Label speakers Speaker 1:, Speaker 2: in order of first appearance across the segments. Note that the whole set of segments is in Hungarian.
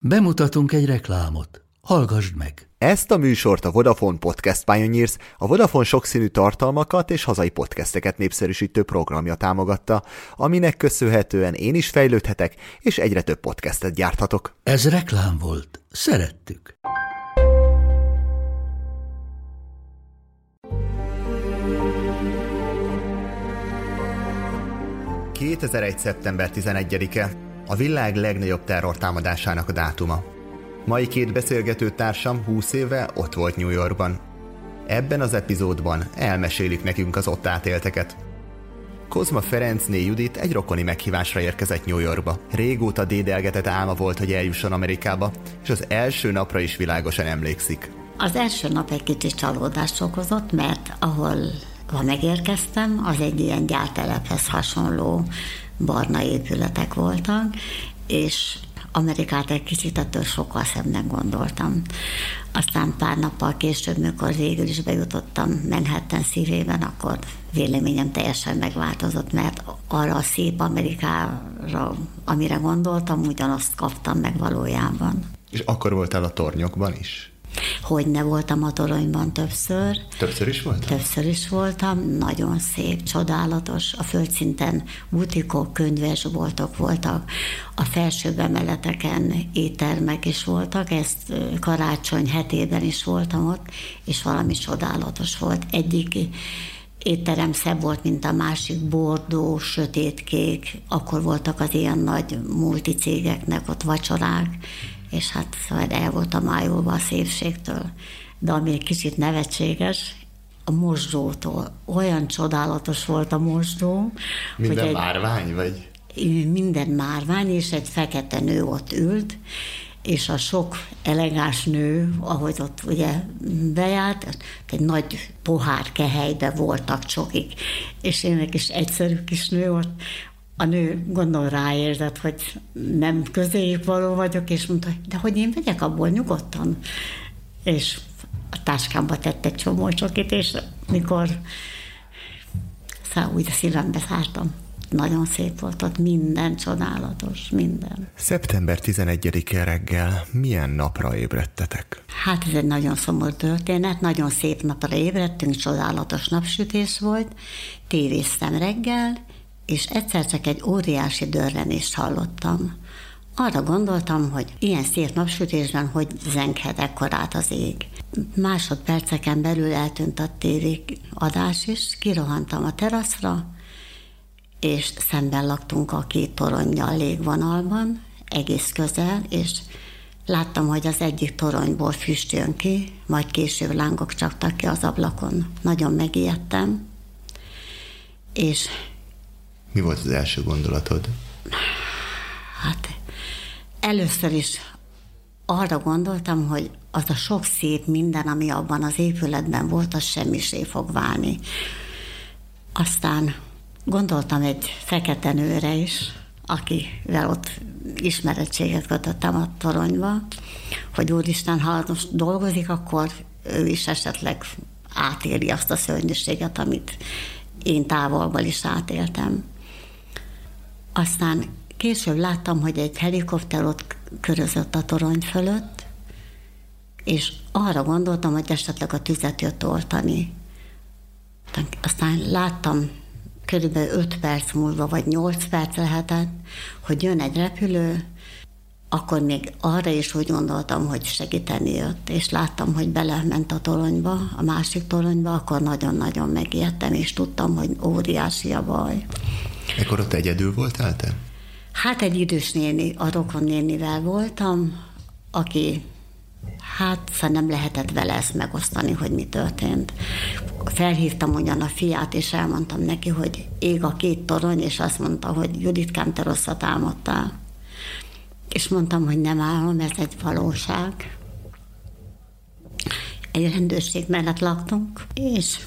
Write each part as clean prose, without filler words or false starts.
Speaker 1: Bemutatunk egy reklámot. Hallgassd meg!
Speaker 2: Ezt a műsort a Vodafone Podcast Pioneers, a Vodafone sokszínű tartalmakat és hazai podcasteket népszerűsítő programja támogatta, aminek köszönhetően én is fejlődhetek, és egyre több podcastet gyárthatok.
Speaker 1: Ez reklám volt. Szerettük.
Speaker 2: ...2001. szeptember 11-e, a világ legnagyobb terrortámadásának a dátuma. Mai két beszélgető társam 20 éve ott volt New Yorkban. Ebben az epizódban elmesélik nekünk az ott átélteket. Kozma Ferencné Judit egy rokoni meghívásra érkezett New Yorkba. Régóta dédelgetett álma volt, hogy eljusson Amerikába, és az első napra is világosan emlékszik.
Speaker 3: Az első nap egy kicsit csalódást okozott, mert ahol megérkeztem, az egy ilyen gyártelephez hasonló barna épületek voltak, és Amerikát egy kicsit ettől sokkal szebbnek gondoltam. Aztán pár nappal később, mikor végül is bejutottam Manhattan szívében, akkor véleményem teljesen megváltozott, mert arra a szép Amerikára, amire gondoltam, ugyanazt kaptam meg valójában.
Speaker 2: És akkor voltál a tornyokban is?
Speaker 3: Hogyne voltam a toronyban többször.
Speaker 2: Többször is voltam?
Speaker 3: Többször is voltam, nagyon szép, csodálatos. A földszinten butikok, könyvesboltok voltak, a felsőbb emeleteken éttermek is voltak, ezt karácsony hetében is voltam ott, és valami csodálatos volt. Egyik étterem szebb volt, mint a másik, bordó, sötétkék, akkor voltak az ilyen nagy multicégeknek ott vacsorák, és hát szóval el voltam ájulva a szépségtől. De ami egy kicsit nevetséges, a mosdótól. Olyan csodálatos volt a mosdó.
Speaker 2: Minden márvány, vagy?
Speaker 3: Minden márvány, és egy fekete nő ott ült, és a sok elegáns nő, ahogy ott ugye bejárt, egy nagy pohár kehelybe voltak csokik, és én egy kis egyszerű kis nő ott. A nő gondolom ráérzett, hogy nem közéjük való vagyok, és mondta, de hogy én vegyek abból nyugodtan. És a táskámba tett egy csomó csokit, és mikor úgy a szívembe szártam. Nagyon szép volt ott, minden csodálatos, minden.
Speaker 2: Szeptember 11-e reggel milyen napra ébredtetek?
Speaker 3: Hát ez egy nagyon szomorú történet, nagyon szép napra ébredtünk, csodálatos napsütés volt, tévéztem reggel, és egyszer csak egy óriási dörrenést hallottam. Arra gondoltam, hogy ilyen szép napsütésben hogy zenghet ekkorát az ég. Másodperceken belül eltűnt a tévé adás is, kirohantam a teraszra, és szemben laktunk a két toronnyal légvonalban, egész közel, és láttam, hogy az egyik toronyból füst jön ki, majd később lángok csaptak ki az ablakon. Nagyon megijedtem, és
Speaker 2: mi volt az első gondolatod?
Speaker 3: Hát először is arra gondoltam, hogy az a sok szép minden, ami abban az épületben volt, az semmisé fog válni. Aztán gondoltam egy fekete nőre is, akivel ott ismerettséget kötöttem a toronyba, hogy úristen, ha most dolgozik, akkor ő is esetleg átéri azt a szörnyűséget, amit én távolból is átéltem. Aztán később láttam, hogy egy helikopter ott körözött a torony fölött, és arra gondoltam, hogy esetleg a tüzet jött oltani. Aztán láttam körülbelül 5 perc múlva, vagy 8 perc lehetett, hogy jön egy repülő, akkor még arra is úgy gondoltam, hogy segíteni jött, és láttam, hogy belement a toronyba, a másik toronyba, akkor nagyon-nagyon megijedtem, és tudtam, hogy óriási a baj.
Speaker 2: Ekkor ott egyedül voltál te?
Speaker 3: Hát egy idős néni, a rokon nénivel voltam, aki nem lehetett vele ezt megosztani, hogy mi történt. Felhívtam ugyan a fiát, és elmondtam neki, hogy ég a két torony, és azt mondta, hogy Juditkám, te rosszat álmodtál. És mondtam, hogy nem álmom, ez egy valóság. Egy rendőrség mellett laktunk, és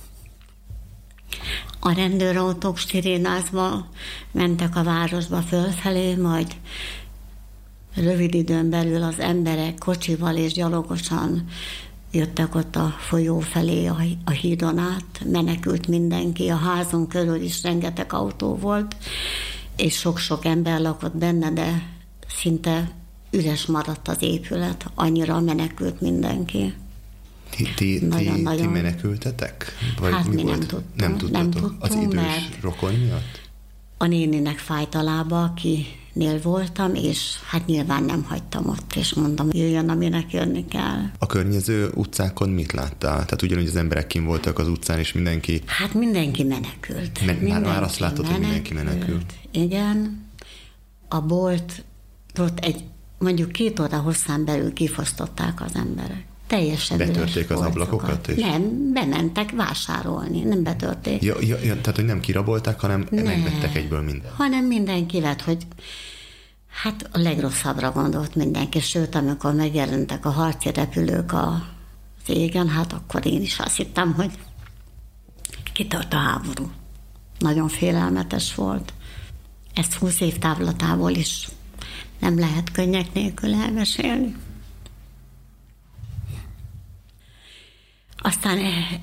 Speaker 3: a rendőrautók szirénázva mentek a városba fölfelé, majd rövid időn belül az emberek kocsival és gyalogosan jöttek ott a folyó felé, a hídon át, menekült mindenki, a házunk körül is rengeteg autó volt, és sok-sok ember lakott benne, de szinte üres maradt az épület, annyira menekült mindenki.
Speaker 2: Ti menekültetek? Vagy
Speaker 3: hát mi
Speaker 2: volt? Nem tudtatok. Az idős rokon miatt?
Speaker 3: A néninek fájt a lába, akinél voltam, és hát nyilván nem hagytam ott, és mondom, jöjjön, aminek jönni kell.
Speaker 2: A környező utcákon mit láttál? Tehát ugyanúgy az emberek kim voltak az utcán, és mindenki...
Speaker 3: Hát mindenki menekült.
Speaker 2: Már azt látod, hogy mindenki menekült.
Speaker 3: Igen. A boltot mondjuk 2 óra hosszán belül kifosztották az emberek. Teljesen
Speaker 2: betörték az ablakokat? És...
Speaker 3: Nem, bementek vásárolni, nem betörték.
Speaker 2: Ja, tehát, hogy nem kirabolták, hanem megvettek egyből mindent.
Speaker 3: Hanem mindenki vett, hogy hát a legrosszabbra gondolt mindenki, sőt, amikor megjelentek a harci repülők az égen, hát akkor én is azt hittem, hogy kitört a háború. Nagyon félelmetes volt. Ezt 20 év távlatából is nem lehet könnyek nélkül elmesélni. Aztán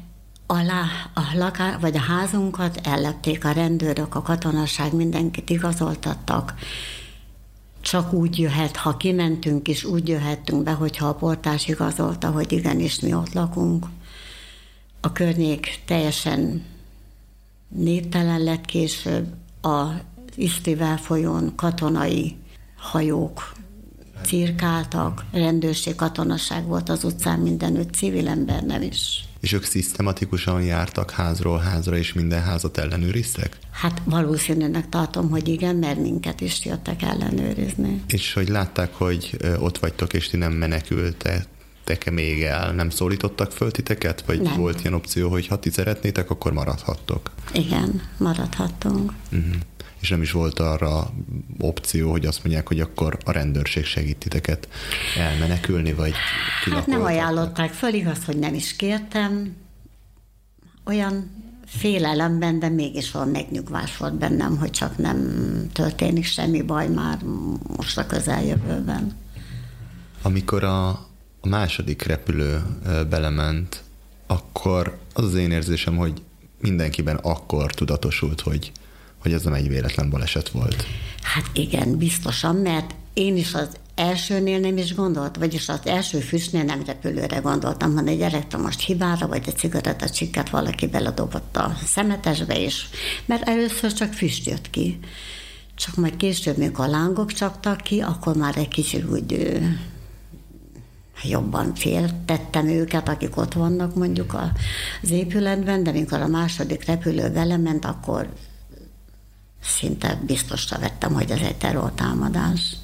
Speaker 3: a házunkat ellepték a rendőrök, a katonaság, mindenkit igazoltattak. Csak úgy jöhet, ha kimentünk is, úgy jöhettünk be, hogyha a portás igazolta, hogy igenis mi ott lakunk. A környék teljesen néptelen lett később. Az Isztrivel folyón katonai hajók cirkáltak, rendőrség, katonaság volt az utcán, mindenütt, civil ember nem is.
Speaker 2: És ők szisztematikusan jártak házról házra, és minden házat ellenőriztek?
Speaker 3: Hát valószínűleg tartom, hogy igen, mert minket is jöttek ellenőrizni.
Speaker 2: És hogy látták, hogy ott vagytok, és ti nem menekültetek még el, nem szólítottak föl titeket? Vagy nem. Volt ilyen opció, hogy ha ti szeretnétek, akkor maradhattok? Igen, maradhattunk. Uh-huh. És nem is volt arra opció, hogy azt mondják, hogy akkor a rendőrség segít titeket elmenekülni, vagy
Speaker 3: hát nem ajánlották föl, igaz, hogy nem is kértem. Olyan félelemben, de mégis van megnyugvás volt bennem, hogy csak nem történik semmi baj már most a közeljövőben. Amikor a második repülő belement, akkor az az én érzésem, hogy mindenkiben akkor tudatosult, hogy ez nem egy véletlen baleset volt. Hát igen, biztosan, mert én is az elsőnél nem is gondoltam, vagyis az első füstnél nem repülőre gondoltam, hanem egy elektromos hibára, vagy egy cigarettacsikket valaki beledobott a szemetesbe is, mert először csak füst jött ki. Csak majd később, mikor a lángok csaptak ki, akkor már egy kicsit úgy jobban féltettem őket, akik ott vannak mondjuk az épületben, de mikor a második repülő belement, akkor szinte biztosra vettem, hogy ez egy terrortámadás.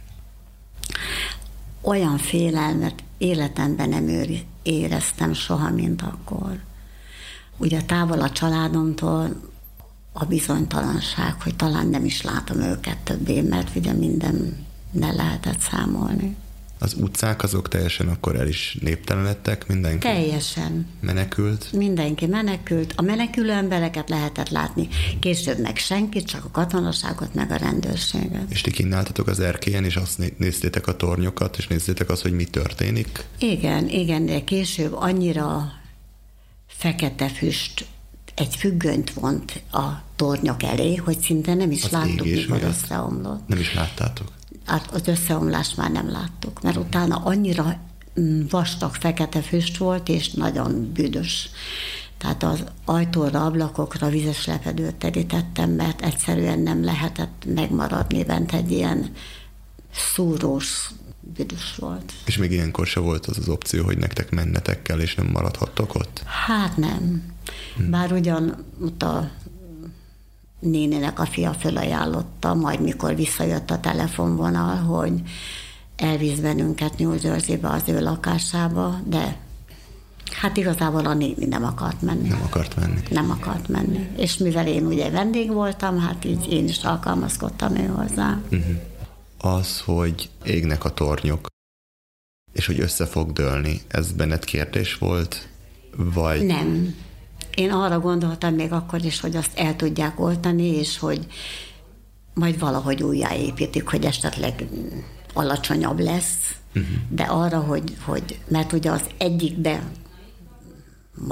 Speaker 3: Olyan félelmet életemben nem éreztem soha, mint akkor. Ugye távol a családomtól a bizonytalanság, hogy talán nem is látom őket többé, mert ugye mindennel lehetett számolni. Az utcák azok teljesen akkor el is néptelenedtek, mindenki teljesen menekült? Mindenki menekült. A menekülő embereket lehetett látni. Később meg senkit, csak a katonaságot, meg a rendőrséget. És ti kínáltatok az erkélyen, és azt néztétek a tornyokat, és néztétek azt, hogy mi történik? Igen, de később annyira fekete füst, egy függönyt vont a tornyok elé, hogy szinte nem is láttuk, mikor összeomlott. Nem is láttátok? Az összeomlást már nem láttuk, mert utána annyira vastag fekete füst volt, és nagyon büdös. Tehát az ajtóra, ablakokra vizes lepedőt terítettem, mert egyszerűen nem lehetett megmaradni bent, egy ilyen szúrós, büdös volt. És még ilyenkor se volt az opció, hogy nektek mennetek kell, és nem maradhattok ott? Hát nem. Bár ugyan ott a néninek a fia fölajánlotta, majd mikor visszajött a telefonvonal, hogy elvisz bennünket New Jerseybe, az ő lakásába, de hát igazából a néni nem akart menni. Nem akart menni. És mivel én ugye vendég voltam, hát így én is alkalmazkodtam ő hozzá. Uh-huh. Az, hogy égnek a tornyok, és hogy össze fog dőlni, ez benned kérdés volt, vagy... Nem. Én arra gondoltam még akkor is, hogy azt el tudják oltani, és hogy majd valahogy újjáépítik, hogy esetleg alacsonyabb lesz, de arra, hogy mert ugye az egyikbe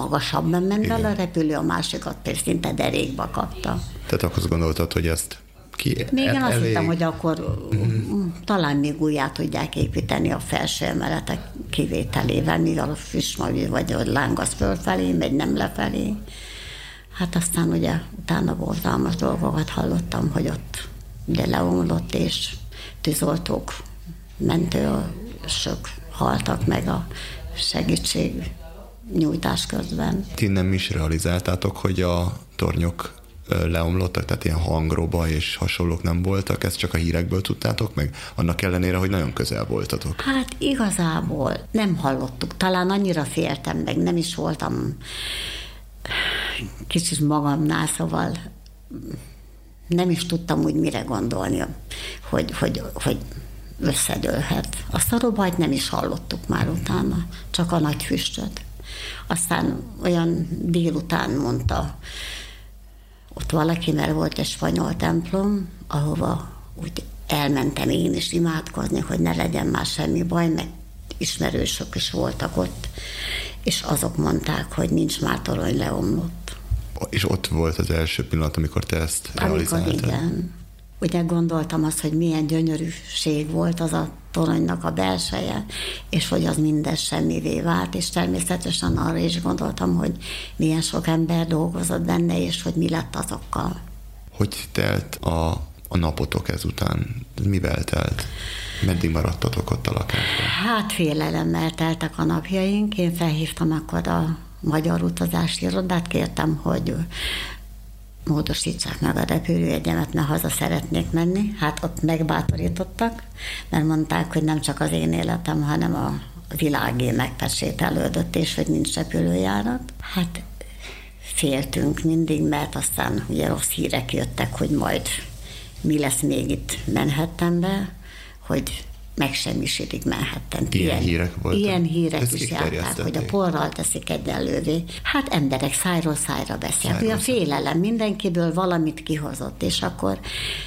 Speaker 3: magasabban ment el a repülő, a másikat pedig szinte derékba kapta. Tehát akkor azt gondoltad, hogy ezt Még én azt hittem, hogy akkor talán még újjá tudják építeni a felső emeletek kivételével, mivel a füstmagú vagy a láng az fölfelé, megy nem lefelé. Hát aztán ugye utána borzalmas dolgokat hallottam, hogy ott ugye leomlott, és tűzoltók, mentősök haltak meg a segítség nyújtás közben.
Speaker 2: Ti nem is realizáltátok, hogy a tornyok leomlottak, tehát ilyen hangroba és hasonlók nem voltak, ezt csak a hírekből tudtátok meg, annak ellenére, hogy nagyon közel voltatok?
Speaker 3: Hát igazából nem hallottuk, talán annyira féltem meg, nem is voltam kicsit magamnál, szóval nem is tudtam úgy mire gondolni, hogy összedőlhet. Azt a robajt nem is hallottuk már utána, csak a nagy füstöt. Aztán olyan délután mondta ott valaki, mert volt egy spanyol templom, ahova úgy elmentem én is imádkozni, hogy ne legyen már semmi baj, meg ismerősök is voltak ott, és azok mondták, hogy nincs már torony, leomlott.
Speaker 2: És ott volt az első pillanat, amikor te ezt realizáltad?
Speaker 3: Amikor igen. Ugye gondoltam azt, hogy milyen gyönyörűség volt az a toronynak a belseje, és hogy az minden semmivé vált, és természetesen arra is gondoltam, hogy milyen sok ember dolgozott benne, és hogy mi lett azokkal.
Speaker 2: Hogy telt a napotok ezután? Mivel telt? Meddig maradtatok ott a lakásban?
Speaker 3: Hát félelemmel teltek a napjaink. Én felhívtam akkor a Magyar Utazási Irodát, kértem, hogy módosítsák meg a repülőjegyemet, mert haza szeretnék menni. Hát ott megbátorítottak, mert mondták, hogy nem csak az én életem, hanem a világé megpecsételődött, és hogy nincs repülőjárat. Hát féltünk mindig, mert aztán ugye rossz hírek jöttek, hogy majd mi lesz még itt Manhattanben, hogy megsemmisítik Manhattan.
Speaker 2: Ilyen hírek voltak?
Speaker 3: Ilyen hírek is járták, hogy a porral teszik egyenlővé. Hát emberek szájról szájra beszélnek, hogy a félelem mindenkiből valamit kihozott, és akkor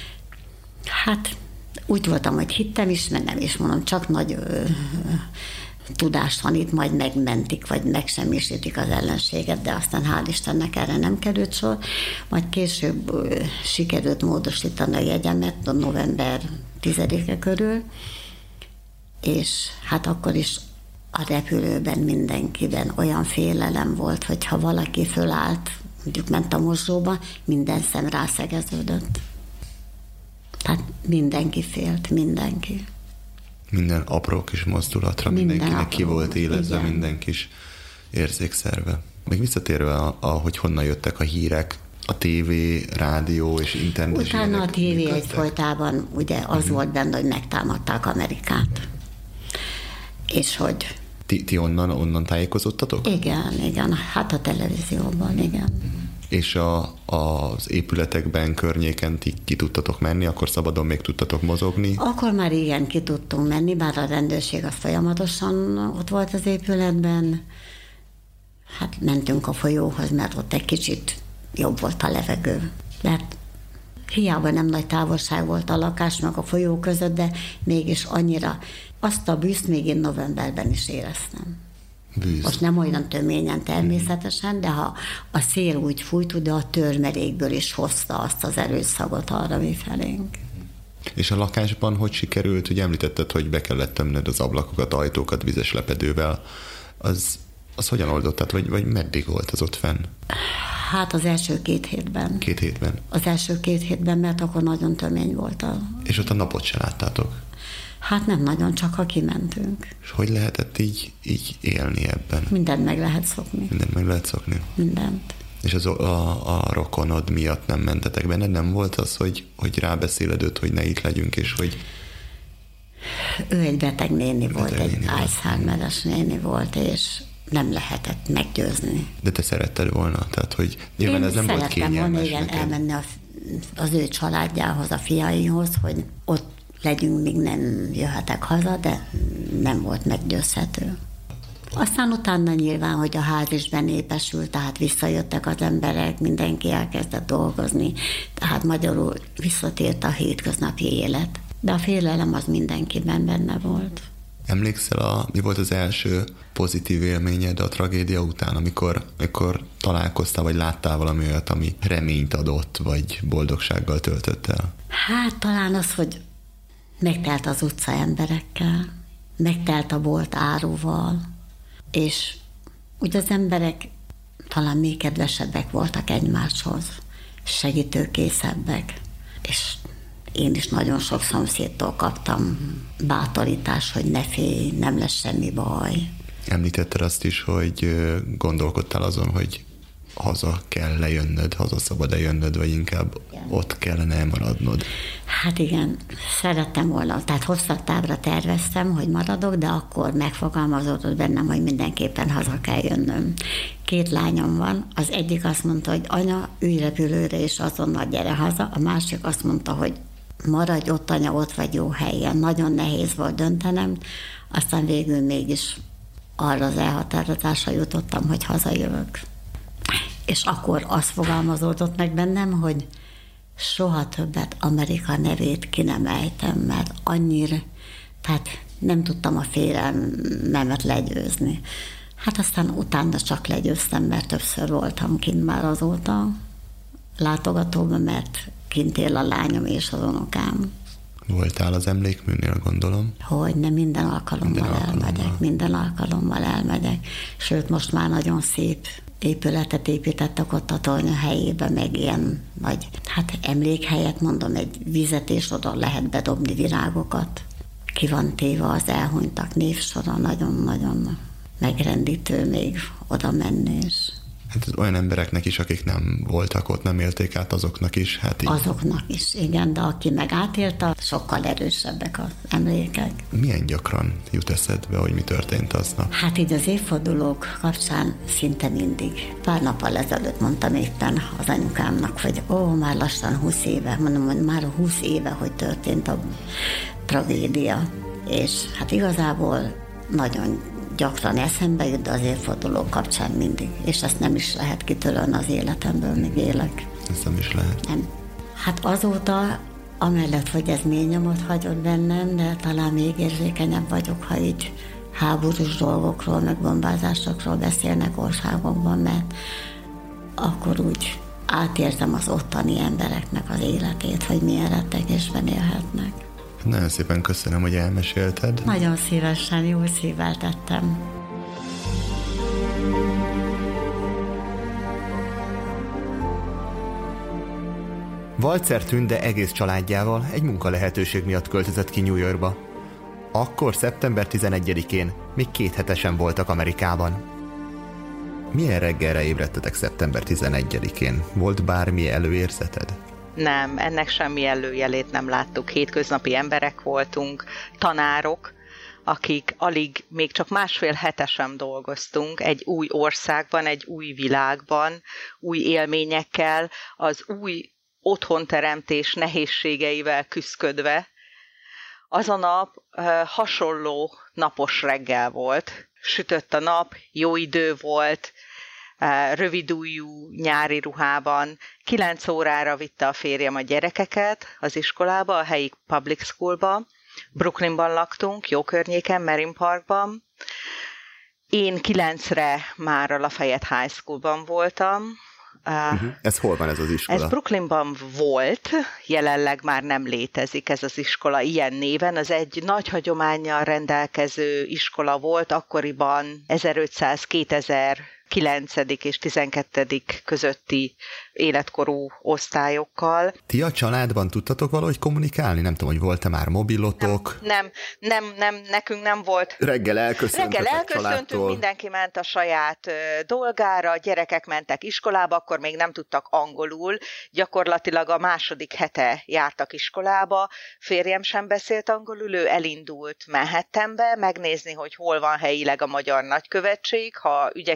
Speaker 3: hát úgy voltam, hogy hittem is, mert nem is mondom, csak nagy tudást van itt, majd megmentik, vagy megsemmisítik az ellenséget, de aztán hál' Istennek erre nem került sor. Majd később sikerült módosítani a jegyemet a november 10-e körül, és hát akkor is a repülőben mindenkiben olyan félelem volt, hogy ha valaki fölállt, mondjuk ment a mosdóba, minden szem rászegeződött. Tehát mindenki félt, mindenki.
Speaker 2: Minden apró kis mozdulatra, mindenkinek ki volt élezve, igen. Minden kis érzékszerve. Még visszatérve, hogy honnan jöttek a hírek, a tévé, rádió és internet.
Speaker 3: Utána a tévé egyfolytában ugye az volt benne, hogy megtámadták Amerikát. És hogy...
Speaker 2: Ti onnan tájékozódtatok?
Speaker 3: Igen, hát a televízióban, igen.
Speaker 2: És az épületekben, környéken ti ki tudtatok menni, akkor szabadon még tudtatok mozogni?
Speaker 3: Akkor már igen, ki tudtunk menni, bár a rendőrség az folyamatosan ott volt az épületben. Hát mentünk a folyóhoz, mert ott egy kicsit jobb volt a levegő. Mert hiába nem nagy távolság volt a lakás meg a folyó között, de mégis annyira azt a bűzt még én novemberben is éreztem.
Speaker 2: Bűz.
Speaker 3: Most nem olyan töményen természetesen, de ha a szél úgy fújt, de a törmelékből is hozta azt az erőszagot arra mi felénk.
Speaker 2: És a lakásban hogy sikerült? Ugye említetted, hogy be kellett tömnöd az ablakokat, ajtókat vizes lepedővel. Az hogyan oldottad, vagy meddig volt az ott fenn?
Speaker 3: Hát az első 2 hétben.
Speaker 2: 2 hétben? Az
Speaker 3: első 2 hétben, mert akkor nagyon tömény volt
Speaker 2: És ott a napot se láttátok?
Speaker 3: Hát nem nagyon, csak ha kimentünk.
Speaker 2: És hogy lehetett így élni ebben?
Speaker 3: Mindent meg lehet szokni.
Speaker 2: Mindent meg lehet szokni?
Speaker 3: Mindent.
Speaker 2: És a rokonod miatt nem mentetek benne? Nem volt az, hogy rábeszéled őt, hogy ne itt legyünk, és hogy...
Speaker 3: Ő egy beteg néni volt, egy Alzheimer-es néni volt, és nem lehetett meggyőzni.
Speaker 2: De te szeretted volna? Tehát, hogy nyilván ez nem volt kényelmes
Speaker 3: volna, igen, elmenni az ő családjához, a fiaihoz, hogy ott legyünk, míg nem jöhetek haza, de nem volt meggyőzhető. Aztán utána nyilván, hogy a ház is benépesült, tehát visszajöttek az emberek, mindenki elkezdett dolgozni, tehát magyarul visszatért a hétköznapi élet. De a félelem az mindenkiben benne volt.
Speaker 2: Emlékszel, mi volt az első pozitív élményed a tragédia után, amikor találkoztál, vagy láttál valami olyat, ami reményt adott, vagy boldogsággal töltött el?
Speaker 3: Hát talán az, hogy megtelt az utca emberekkel, megtelt a bolt áruval, és úgy az emberek talán még kedvesebbek voltak egymáshoz, segítőkészebbek, és én is nagyon sok szomszédtól kaptam bátorítást, hogy ne félj, nem lesz semmi baj.
Speaker 2: Említetted azt is, hogy gondolkodtál azon, hogy haza kell lejönnöd, haza szabad eljönnöd, vagy inkább ott kellene elmaradnod.
Speaker 3: Hát igen, szerettem volna, tehát hosszabb távra terveztem, hogy maradok, de akkor megfogalmazódott bennem, hogy mindenképpen haza kell jönnöm. 2 lányom van, az egyik azt mondta, hogy anya, ülj repülőre, és azonnal gyere haza, a másik azt mondta, hogy maradj ott, anya, ott vagy jó helyen. Nagyon nehéz volt döntenem, aztán végül mégis arra az elhatározásra jutottam, hogy hazajövök. És akkor az fogalmazódott meg bennem, hogy soha többet Amerika nevét ki nem ejtem, mert annyira, tehát nem tudtam a félelmemet legyőzni. Hát aztán utána csak legyőztem, mert többször voltam kint már azóta látogatóban, mert kint él a lányom és az unokám.
Speaker 2: Voltál az emlékműnél, gondolom?
Speaker 3: Hogy nem, minden alkalommal elmegyek. Sőt, most már nagyon szép épületet építettek ott a tornya helyébe, meg ilyen nagy, hát emlékhelyet, mondom, egy vizet, és oda lehet bedobni virágokat. Ki van téve az elhunytak névsora, nagyon-nagyon megrendítő még oda menni is.
Speaker 2: Hát olyan embereknek is, akik nem voltak ott, nem élték át, azoknak is, hát így.
Speaker 3: Azoknak is, igen, de aki meg átélte, sokkal erősebbek az emlékek.
Speaker 2: Milyen gyakran jut eszedbe, hogy mi történt aznap?
Speaker 3: Hát így az évfordulók kapcsán szinte mindig. Pár nappal ezelőtt mondtam éppen az anyukámnak, hogy már lassan 20 éve, mondom, hogy már 20 éve, hogy történt a tragédia. És hát igazából nagyon gyakran eszembe jut, de az évfordulók kapcsán mindig. És ezt nem is lehet kitörölni az életemből, még élek.
Speaker 2: Ezt nem is lehet.
Speaker 3: Nem. Hát azóta, amellett, hogy ez mély nyomot hagyott bennem, de talán még érzékenyebb vagyok, ha így háborús dolgokról, meg bombázásokról beszélnek országokban, mert akkor úgy átérzem az ottani embereknek az életét, hogy milyen rettegésben élhetnek.
Speaker 2: Nagyon szépen köszönöm, hogy elmesélted.
Speaker 3: Nagyon szívesen, jó szívvel tettem.
Speaker 2: Walzer Tünde egész családjával egy munkalehetőség miatt költözött ki New Yorkba. Akkor szeptember 11-én még 2 hetesen voltak Amerikában. Milyen reggelre ébredtetek szeptember 11-én? Volt bármi előérzeted?
Speaker 4: Nem, ennek semmi előjelét nem láttuk. Hétköznapi emberek voltunk, tanárok, akik alig, még csak 1,5 hete sem dolgoztunk egy új országban, egy új világban, új élményekkel, az új otthonteremtés nehézségeivel küszködve. Az a nap hasonló napos reggel volt. Sütött a nap, jó idő volt, rövidujjú nyári ruhában. 9 órára vitte a férjem a gyerekeket az iskolába, a helyi public schoolba. Brooklynban laktunk, jó környéken, Marine Parkban. Én 9-re már a Lafayette High Schoolban voltam.
Speaker 2: Ez hol van ez az iskola?
Speaker 4: Ez Brooklynban volt, jelenleg már nem létezik ez az iskola ilyen néven. Az egy nagy hagyománnyal rendelkező iskola volt, akkoriban 1500-2009. és 12. közötti életkorú osztályokkal.
Speaker 2: Ti a családban tudtatok valahogy kommunikálni? Nem tudom, hogy volt-e már mobilotok?
Speaker 4: Nem, nekünk nem volt.
Speaker 2: Reggel elköszöntünk,
Speaker 4: mindenki ment a saját dolgára, gyerekek mentek iskolába, akkor még nem tudtak angolul, gyakorlatilag a 2. hete jártak iskolába, férjem sem beszélt angolul, ő elindult Manhattanbe, megnézni, hogy hol van helyileg a magyar nagykövetség, ha ügyeket kell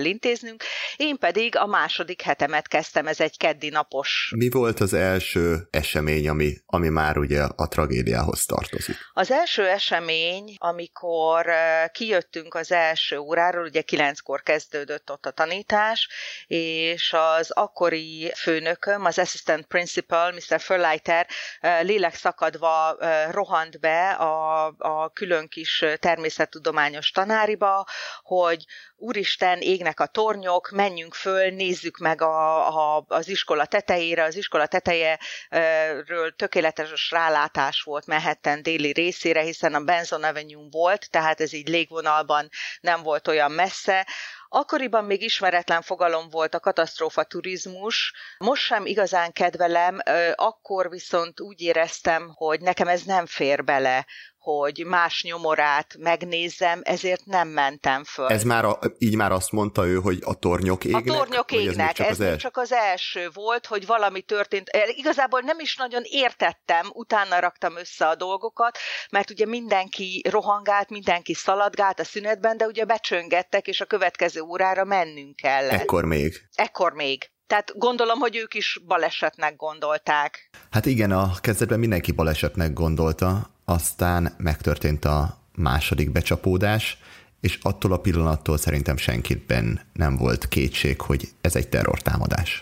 Speaker 4: intéznünk, én pedig a második hetemet kezdtem, ez egy keddi napos.
Speaker 2: Mi volt az első esemény, ami már ugye a tragédiához tartozik?
Speaker 4: Az első esemény, amikor kijöttünk az első óráról, ugye 9-kor kezdődött ott a tanítás, és az akkori főnököm, az assistant principal, Mr. Förleiter lélekszakadva rohant be a külön kis természettudományos tanáriba, hogy úristen, égnek a tornyok, menjünk föl, nézzük meg az iskola tetejére. Az iskola tetejéről tökéletes rálátás volt Manhattan déli részére, hiszen a Benson Avenue volt, tehát ez így légvonalban nem volt olyan messze. Akkoriban még ismeretlen fogalom volt a katasztrófa turizmus, most sem igazán kedvelem, akkor viszont úgy éreztem, hogy nekem ez nem fér bele, hogy más nyomorát megnézzem, ezért nem mentem föl.
Speaker 2: Ez így már azt mondta ő, hogy a tornyok égnek?
Speaker 4: A tornyok égnek, ez még csak az első volt, hogy valami történt. Igazából nem is nagyon értettem, utána raktam össze a dolgokat, mert ugye mindenki rohangált, mindenki szaladgált a szünetben, de ugye becsöngettek, és a következő órára mennünk kellett. Ekkor még. Tehát gondolom, hogy ők is balesetnek gondolták.
Speaker 2: Hát igen, a kezdetben mindenki balesetnek gondolta, aztán megtörtént a második becsapódás, és attól a pillanattól szerintem senkiben nem volt kétség, hogy ez egy terrortámadás.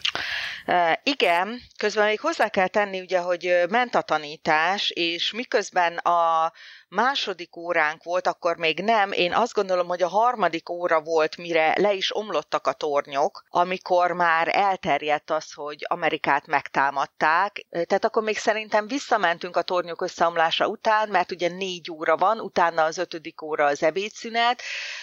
Speaker 4: Igen, közben még hozzá kell tenni, ugye, hogy ment a tanítás, és miközben a második óránk volt, akkor még nem. Én azt gondolom, hogy a harmadik óra volt, mire le is omlottak a tornyok, amikor már elterjedt az, hogy Amerikát megtámadták. Tehát akkor még szerintem visszamentünk a tornyok összeomlása után, mert ugye 4 óra van, utána az 5. óra az ebédszünet,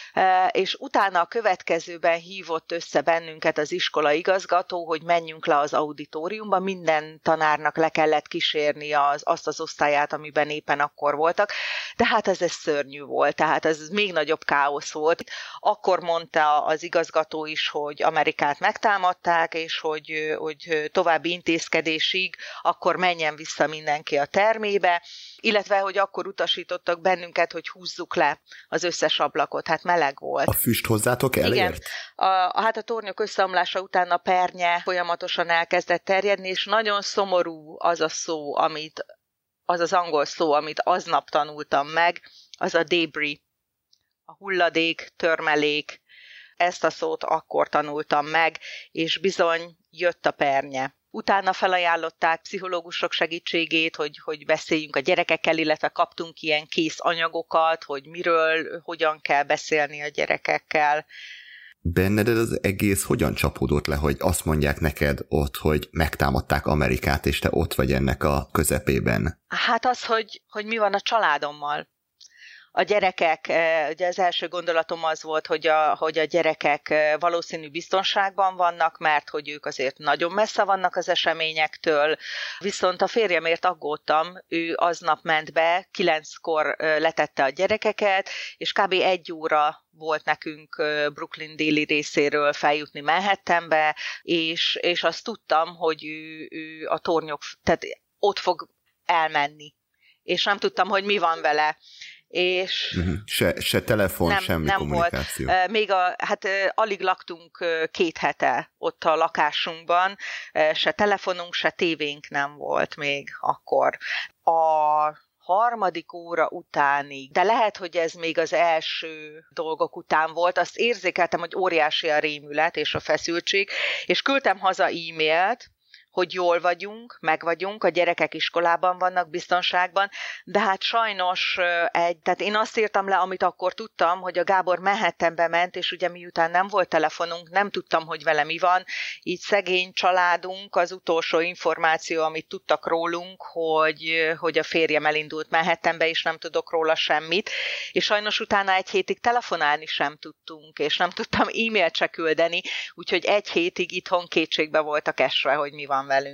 Speaker 4: és utána a következőben hívott össze bennünket az iskola igazgató, hogy menjünk le az auditoriumba, minden tanárnak le kellett kísérni azt az osztályát, amiben éppen akkor voltak, de hát ez szörnyű volt, tehát ez még nagyobb káosz volt. Akkor mondta az igazgató is, hogy Amerikát megtámadták, és hogy további intézkedésig akkor menjen vissza mindenki a termébe, illetve, hogy akkor utasítottak bennünket, hogy húzzuk le az összes ablakot, hát meleg volt. A
Speaker 2: füst hozzátok elért?
Speaker 4: Igen, hát a tornyok összeomlása után a pernye folyamatosan elkezdett terjedni, és nagyon szomorú az a szó, az az angol szó, amit aznap tanultam meg, az a debris, a hulladék, törmelék. Ezt a szót akkor tanultam meg, és bizony jött a pernye. Utána felajánlották pszichológusok segítségét, hogy beszéljünk a gyerekekkel, illetve kaptunk ilyen kész anyagokat, hogy miről, hogyan kell beszélni a gyerekekkel.
Speaker 2: Benned az egész hogyan csapódott le, hogy azt mondják neked ott, hogy megtámadták Amerikát, és te ott vagy ennek a közepében?
Speaker 4: Hát az, hogy mi van a családommal. A gyerekek, ugye az első gondolatom az volt, hogy a gyerekek valószínű biztonságban vannak, mert hogy ők azért nagyon messze vannak az eseményektől, viszont a férjemért aggódtam, ő aznap ment be, 9-kor letette a gyerekeket, és kb. 1 óra volt nekünk Brooklyn déli részéről feljutni Manhattanbe, és azt tudtam, hogy ő a tornyok, tehát ott fog elmenni, és nem tudtam, hogy mi van vele. És
Speaker 2: se telefon, semmi nem kommunikáció.
Speaker 4: Volt. Még alig laktunk 2 hete ott a lakásunkban, se telefonunk, se tévénk nem volt még akkor. A harmadik óra utánig, de lehet, hogy ez még az első dolgok után volt, azt érzékeltem, hogy óriási a rémület és a feszültség, és küldtem haza e-mailt, hogy jól vagyunk, meg vagyunk, a gyerekek iskolában vannak, biztonságban, de hát sajnos tehát én azt írtam le, amit akkor tudtam, hogy a Gábor Manhattanbe ment, és ugye miután nem volt telefonunk, nem tudtam, hogy vele mi van, így szegény családunk, az utolsó információ, amit tudtak rólunk, hogy a férjem elindult Manhattanbe, és nem tudok róla semmit, és sajnos utána 1 hétig telefonálni sem tudtunk, és nem tudtam e-mailt se küldeni, úgyhogy 1 hétig itthon kétségbe voltak esve, hogy mi van velünk.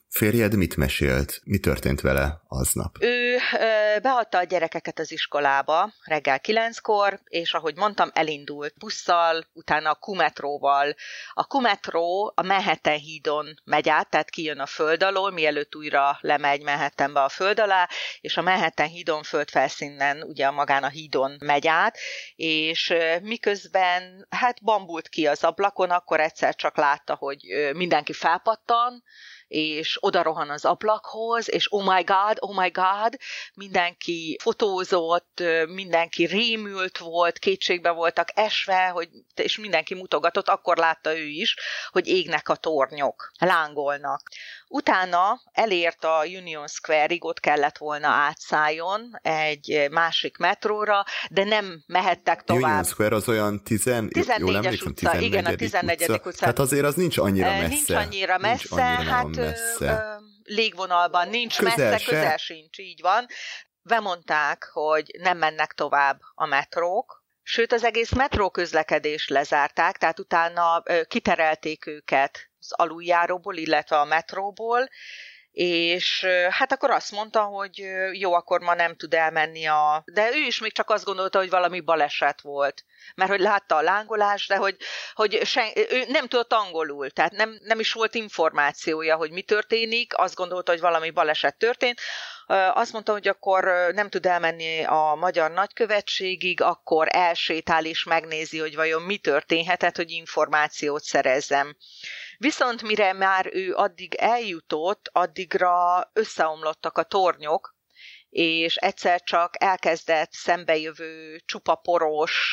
Speaker 2: Férjed mit mesélt? Mi történt vele aznap?
Speaker 4: Ő beadta a gyerekeket az iskolába reggel 9-kor, és ahogy mondtam, elindult busszal, utána a Q-metróval. A Q-metró a Manhattan hídon megy át, tehát kijön a föld alól, mielőtt újra lemegy Manhattanbe a föld alá, és a Manhattan hídon földfelszínen, ugye magán a hídon megy át, és miközben hát bambult ki az ablakon, akkor egyszer csak látta, hogy mindenki felpattan, és oda rohan az ablakhoz, és oh my god, mindenki fotózott, mindenki rémült volt, kétségbe voltak esve, és mindenki mutogatott, akkor látta ő is, hogy égnek a tornyok, lángolnak. Utána elért a Union Square-ig, ott kellett volna átszálljon egy másik metróra, de nem mehettek tovább.
Speaker 2: Union Square az olyan
Speaker 4: 14-es utca, igen, a 14. utca.
Speaker 2: Hát azért az nincs annyira messze.
Speaker 4: Nincs annyira messze, légvonalban nincs közel sincs, így van. Bemondták, hogy nem mennek tovább a metrók, sőt az egész metróközlekedést lezárták, tehát utána kiterelték őket az aluljáróból, illetve a metróból, és hát akkor azt mondta, hogy jó, akkor ma nem tud elmenni de ő is még csak azt gondolta, hogy valami baleset volt, mert hogy látta a lángolást, de hogy ő nem tudott angolul, tehát nem is volt információja, hogy mi történik, azt gondolta, hogy valami baleset történt. Azt mondta, hogy akkor nem tud elmenni a magyar nagykövetségig, akkor elsétál és megnézi, hogy vajon mi történhetett, hogy információt szerezzem. Viszont mire már ő addig eljutott, addigra összeomlottak a tornyok, és egyszer csak elkezdett szembejövő csupa poros,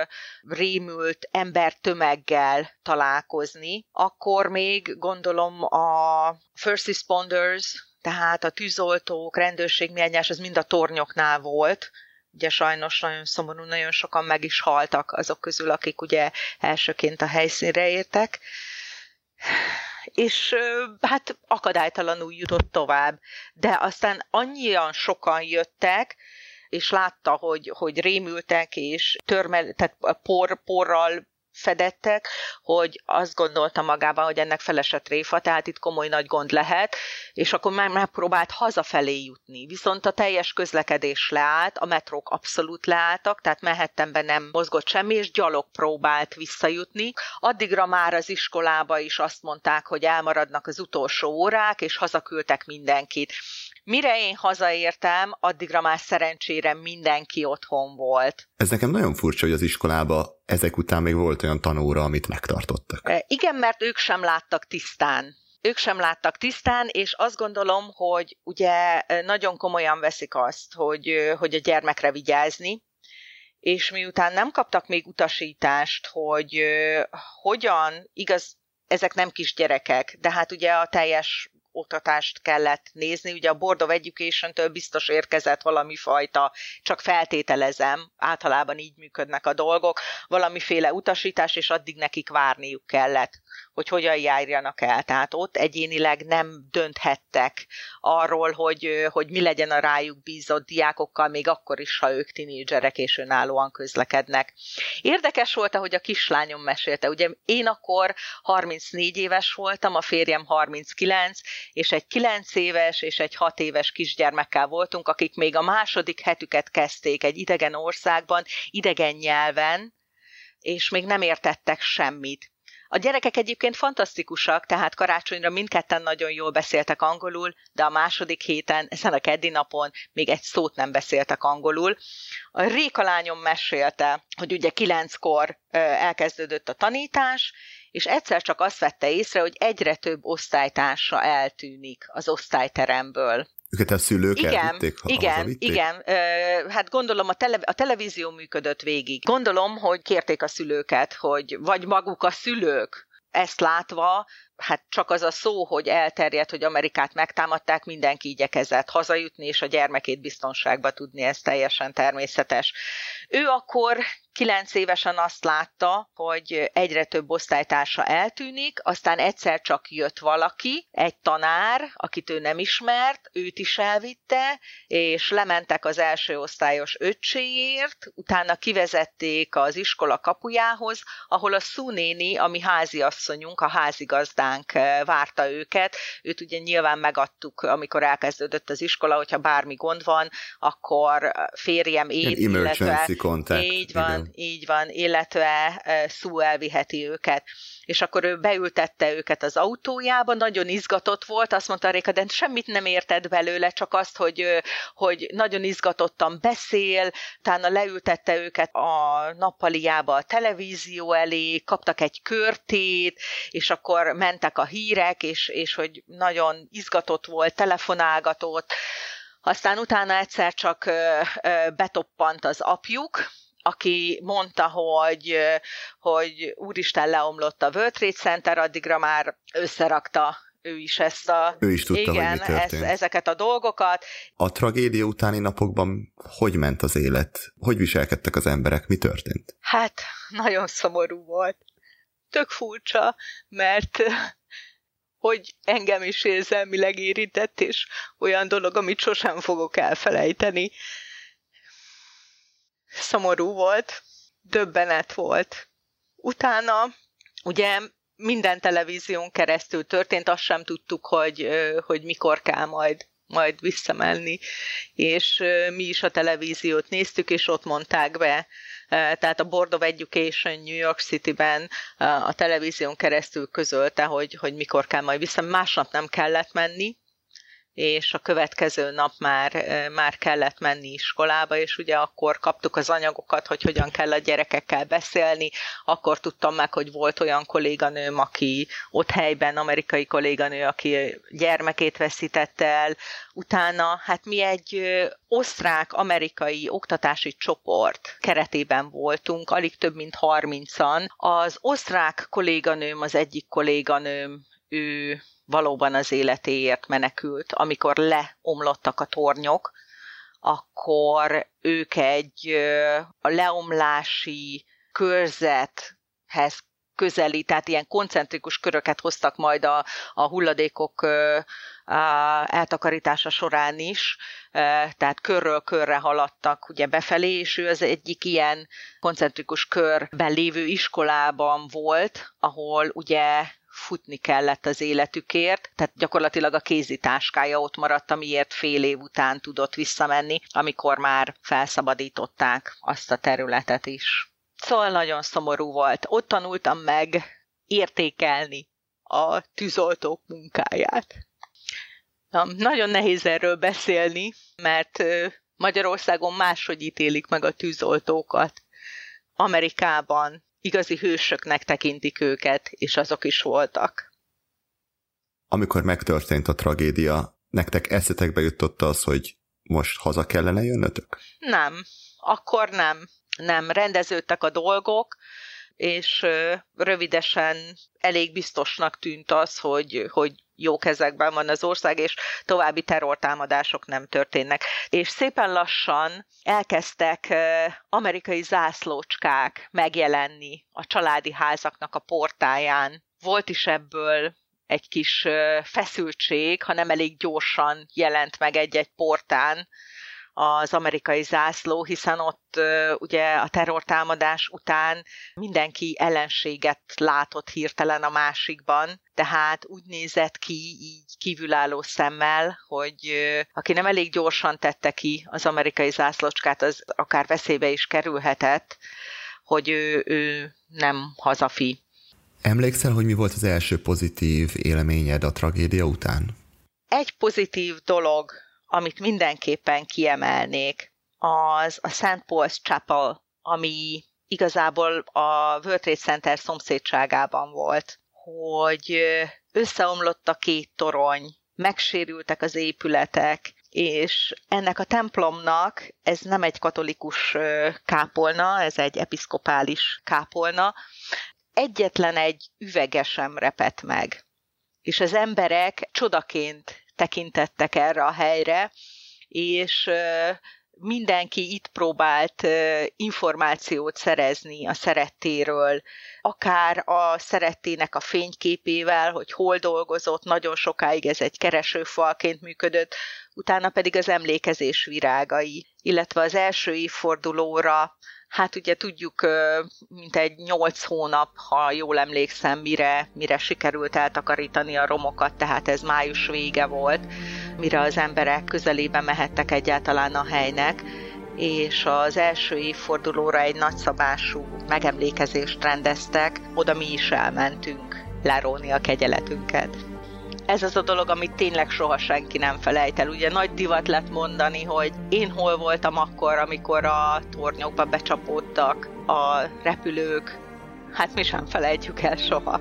Speaker 4: rémült embertömeggel találkozni. Akkor még gondolom a first responders, tehát a tűzoltók, rendőrség, mérnyás, az mind a tornyoknál volt. Ugye sajnos nagyon szomorú, nagyon sokan meg is haltak azok közül, akik ugye elsőként a helyszínre értek. És hát akadálytalanul jutott tovább. De aztán annyian sokan jöttek, és látta, hogy rémültek, és tehát porral fedettek, hogy azt gondolta magában, hogy ennek felesett tréfa, tehát itt komoly nagy gond lehet, és akkor már megpróbált hazafelé jutni. Viszont a teljes közlekedés leállt, a metrók abszolút leálltak, tehát Manhattanben nem mozgott semmi, és gyalog próbált visszajutni. Addigra már az iskolába is azt mondták, hogy elmaradnak az utolsó órák, és hazaküldtek mindenkit. Mire én hazaértem, addigra már szerencsére mindenki otthon volt.
Speaker 2: Ez nekem nagyon furcsa, hogy az iskolában ezek után még volt olyan tanóra, amit megtartottak.
Speaker 4: Igen, mert ők sem láttak tisztán. És azt gondolom, hogy ugye nagyon komolyan veszik azt, hogy a gyermekre vigyázni, és miután nem kaptak még utasítást, hogy hogyan, igaz, ezek nem kisgyerekek, de hát ugye a teljes oktatást kellett nézni. Ugye a Board of Education-től biztos érkezett valami fajta, csak feltételezem, általában így működnek a dolgok, valamiféle utasítás, és addig nekik várniuk kellett, hogy hogyan járjanak el. Tehát ott egyénileg nem dönthettek arról, hogy mi legyen a rájuk bízott diákokkal, még akkor is, ha ők tinédzserek és önállóan közlekednek. Érdekes volt, ahogy a kislányom mesélte. Ugye én akkor 34 éves voltam, a férjem 39, és egy 9 éves és egy 6 éves kisgyermekkel voltunk, akik még a második hetüket kezdték egy idegen országban, idegen nyelven, és még nem értettek semmit. A gyerekek egyébként fantasztikusak, tehát karácsonyra mindketten nagyon jól beszéltek angolul, de a második héten, ezen a keddi napon még egy szót nem beszéltek angolul. A Réka lányom mesélte, hogy ugye 9-kor elkezdődött a tanítás, és egyszer csak azt vette észre, hogy egyre több osztálytársa eltűnik az osztályteremből.
Speaker 2: Őket a szülők elvitték?
Speaker 4: Igen. Hát gondolom a televízió működött végig. Gondolom, hogy kérték a szülőket, vagy maguk a szülők ezt látva, hát csak az a szó, hogy elterjedt, hogy Amerikát megtámadták, mindenki igyekezett hazajutni, és a gyermekét biztonságba tudni, ez teljesen természetes. Ő akkor 9 évesen azt látta, hogy egyre több osztálytársa eltűnik, aztán egyszer csak jött valaki, egy tanár, akit ő nem ismert, őt is elvitte, és lementek az első osztályos öccséért, utána kivezették az iskola kapujához, ahol a Sue néni, a mi háziasszonyunk, a házigazdánk várta őket. Őt ugye nyilván megadtuk, amikor elkezdődött az iskola, hogyha bármi gond van, akkor férjem
Speaker 2: emergency contact.
Speaker 4: Így van, illetve Sue elviheti őket. És akkor ő beültette őket az autójába, nagyon izgatott volt, azt mondta Réka, de semmit nem értett belőle, csak azt, hogy nagyon izgatottan beszél, utána leültette őket a nappaliába a televízió elé, kaptak egy körtét, és akkor mentek a hírek, és hogy nagyon izgatott volt, telefonálgatott. Aztán utána egyszer csak betoppant az apjuk, aki mondta, hogy úristen, leomlott a World Trade Center, addigra már összerakta ő is ezt
Speaker 2: Ő is tudta, hogy mi történt.
Speaker 4: Ezeket a dolgokat.
Speaker 2: A tragédia utáni napokban hogy ment az élet? Hogy viselkedtek az emberek? Mi történt?
Speaker 4: Hát, nagyon szomorú volt. Tök furcsa, mert hogy engem is érzelmileg érintett, és olyan dolog, amit sosem fogok elfelejteni. Szomorú volt, döbbenet volt. Utána ugye minden televízión keresztül történt, azt sem tudtuk, hogy mikor kell majd visszamenni, és mi is a televíziót néztük, és ott mondták be. Tehát a Board of Education New York City-ben a televízión keresztül közölte, hogy mikor kell majd visszamenni. Másnap nem kellett menni, és a következő nap már kellett menni iskolába, és ugye akkor kaptuk az anyagokat, hogy hogyan kell a gyerekekkel beszélni, akkor tudtam meg, hogy volt olyan kolléganőm, aki ott helyben, amerikai kolléganő, aki gyermekét veszítette el, utána hát mi egy osztrák-amerikai oktatási csoport keretében voltunk, alig több mint 30-an. Az osztrák kolléganőm, az egyik kolléganőm, ő valóban az életéért menekült. Amikor leomlottak a tornyok, akkor ők a leomlási körzethez közeli, tehát ilyen koncentrikus köröket hoztak majd a hulladékok eltakarítása során is, tehát körről körre haladtak ugye befelé, és ő az egyik ilyen koncentrikus körben lévő iskolában volt, ahol ugye futni kellett az életükért, tehát gyakorlatilag a kézitáskája ott maradt, amiért fél év után tudott visszamenni, amikor már felszabadították azt a területet is. Szóval nagyon szomorú volt. Ott tanultam meg értékelni a tűzoltók munkáját. Nagyon nehéz erről beszélni, mert Magyarországon máshogy ítélik meg a tűzoltókat. Amerikában igazi hősöknek tekintik őket, és azok is voltak.
Speaker 2: Amikor megtörtént a tragédia, nektek eszetekbe jutott az, hogy most haza kellene jönnötök?
Speaker 4: Nem, akkor nem. Nem, rendeződtek a dolgok, és rövidesen elég biztosnak tűnt az, hogy jó kezekben van az ország, és további terrortámadások nem történnek. És szépen lassan elkezdtek amerikai zászlócskák megjelenni a családi házaknak a portáján. Volt is ebből egy kis feszültség, ha nem elég gyorsan jelent meg egy-egy portán az amerikai zászló, hiszen ott ugye a terrortámadás után mindenki ellenséget látott hirtelen a másikban, tehát úgy nézett ki így kívülálló szemmel, hogy aki nem elég gyorsan tette ki az amerikai zászlócskát, az akár veszélybe is kerülhetett, hogy ő nem hazafi.
Speaker 2: Emlékszel, hogy mi volt az első pozitív élményed a tragédia után?
Speaker 4: Egy pozitív dolog, amit mindenképpen kiemelnék, az a St. Paul's Chapel, ami igazából a World Trade Center szomszédságában volt, hogy összeomlott a 2 torony, megsérültek az épületek, és ennek a templomnak ez nem egy katolikus kápolna, ez egy episzkopális kápolna, egyetlen egy üvege sem repett meg, és az emberek csodaként tekintettek erre a helyre, és mindenki itt próbált információt szerezni a szerettéről, akár a szerettének a fényképével, hogy hol dolgozott, nagyon sokáig ez egy keresőfalként működött, utána pedig az emlékezés virágai, illetve az első évfordulóra, hát ugye tudjuk, mint egy 8 hónap, ha jól emlékszem, mire sikerült eltakarítani a romokat, tehát ez május vége volt, mire az emberek közelébe mehettek egyáltalán a helynek, és az első évfordulóra egy nagyszabású megemlékezést rendeztek, oda mi is elmentünk leróni a kegyeletünket. Ez az a dolog, amit tényleg soha senki nem felejt el. Ugye nagy divat lett mondani, hogy én hol voltam akkor, amikor a tornyokba becsapódtak a repülők. Hát mi sem felejtjük el soha.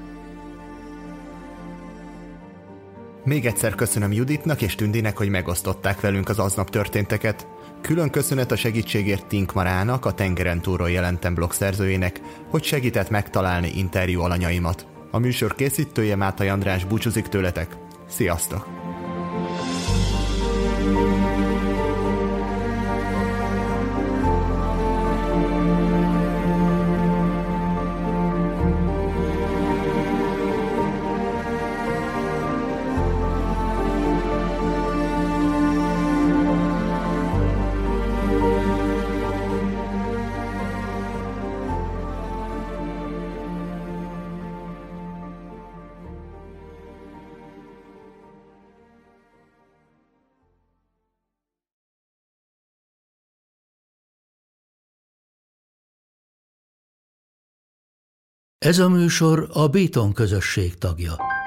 Speaker 2: Még egyszer köszönöm Juditnak és Tündinek, hogy megosztották velünk az aznap történteket. Külön köszönet a segítségért Tink Marának, a Tengeren túlról jelentem blogszerzőjének, hogy segített megtalálni interjú alanyaimat. A műsor készítője Mátai András búcsúzik tőletek. Sziasztok!
Speaker 1: Ez a műsor a Béton közösség tagja.